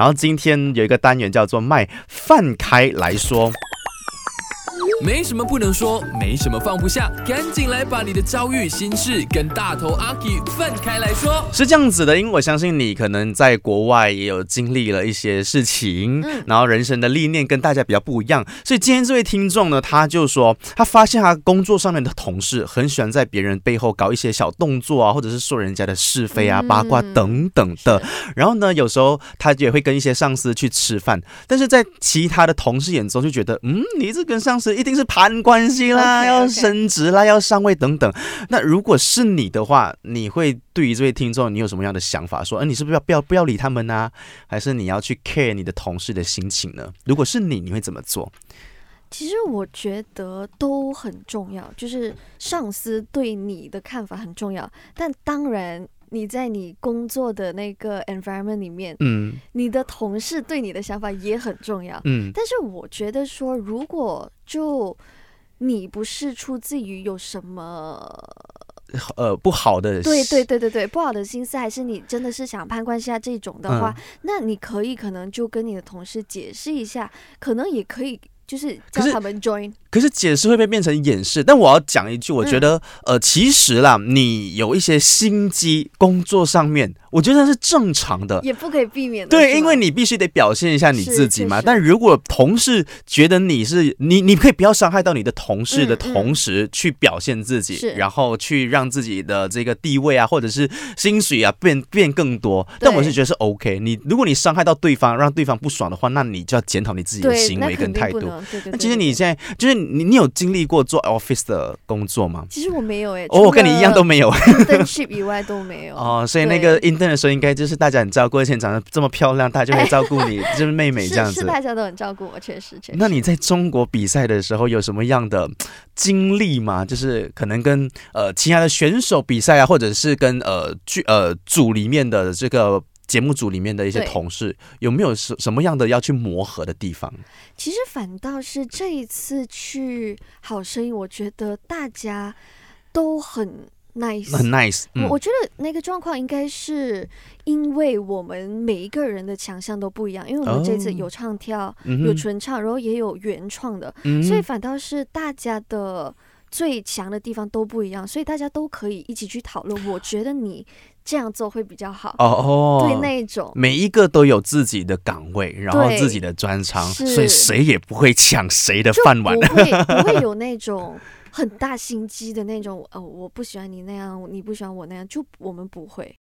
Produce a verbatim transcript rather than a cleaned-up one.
然后今天有一个单元叫做麦饭开来说。 没什么不能说，没什么放不下，赶紧来把你的遭遇、心事跟大头阿 K 分开来说。 是这样子的，因为我相信你可能在国外也有经历了一些事情，嗯、然后人生的历练跟大家比较不一样，所以今天这位听众呢，他就说他发现他工作上面的同事很喜欢在别人背后搞一些小动作啊，或者是说人家的是非啊、八卦等等的。然后呢，有时候他也会跟一些上司去吃饭，但是在其他的同事眼中就觉得，嗯，你这跟上司一定是攀关系啦， okay, okay. 要升职啦，要上位等等。那如果是你的话，你会对于这位听众，你有什么样的想法？说，呃、你是不是要不要不要理他们啊？还是你要去 care 你的同事的心情呢？如果是你，你会怎么做？ 其实我觉得都很重要，就是上司对你的看法很重要，但当然你在你工作的那个 environment 里面，嗯，你的同事对你的想法也很重要，嗯，但是我觉得说，如果就你不是出自于有什么呃不好的， 对对对对对，不好的心思，还是你真的是想攀关系啊这种的话，嗯、那你可以可能就跟你的同事解释一下，可能也可以就是叫他们 join。 可是解释会不会变成掩饰？但我要讲一句，我觉得、嗯、呃，其实啦，你有一些心机，工作上面，我觉得是正常的， 也不可以避免的。 对，因为你必须得表现一下你自己嘛。但如果同事觉得你是你，你可以不要伤害到你的同事的同时，去表现自己、嗯嗯，然后去让自己的这个地位啊，或者是薪水啊变变更多。但我是觉得是 OK。你如果你伤害到对方，让对方不爽的话，那你就要检讨你自己的行为跟态度。那其实你现在就是。你你有经历过做 office 的工作吗？ 其实我没有诶、欸， 哦，我跟你一样都没有 ，internship 以外都没有。 哦，所以那个 intern 的时候，应该就是大家很照顾，而且长得这么漂亮，大家就会照顾你，就是妹妹这样子。 是, 是大家都很照顾我，确实确实。 那你在中国比赛的时候有什么样的经历吗？就是可能跟呃其他的选手比赛啊，或者是跟呃剧呃组里面的这个。节目组里面的一些同事有没有什么样的要去磨合的地方？ 其实反倒是这一次去好声音，我觉得大家都很 nice， 很 nice、嗯。 我觉得那个状况应该是因为我们每一个人的强项都不一样，因为我们这次有唱跳、哦、有纯唱，然后也有原创的、嗯，所以反倒是大家的最强的地方都不一样，所以大家都可以一起去讨论。我觉得你这样做会比较好哦哦，对，那一种每一个都有自己的岗位，然后自己的专长，所以谁也不会抢谁的饭碗， 不会不会有那种很大心机的那种，呃，我不喜欢你那样，你不喜欢我那样，就我们不会。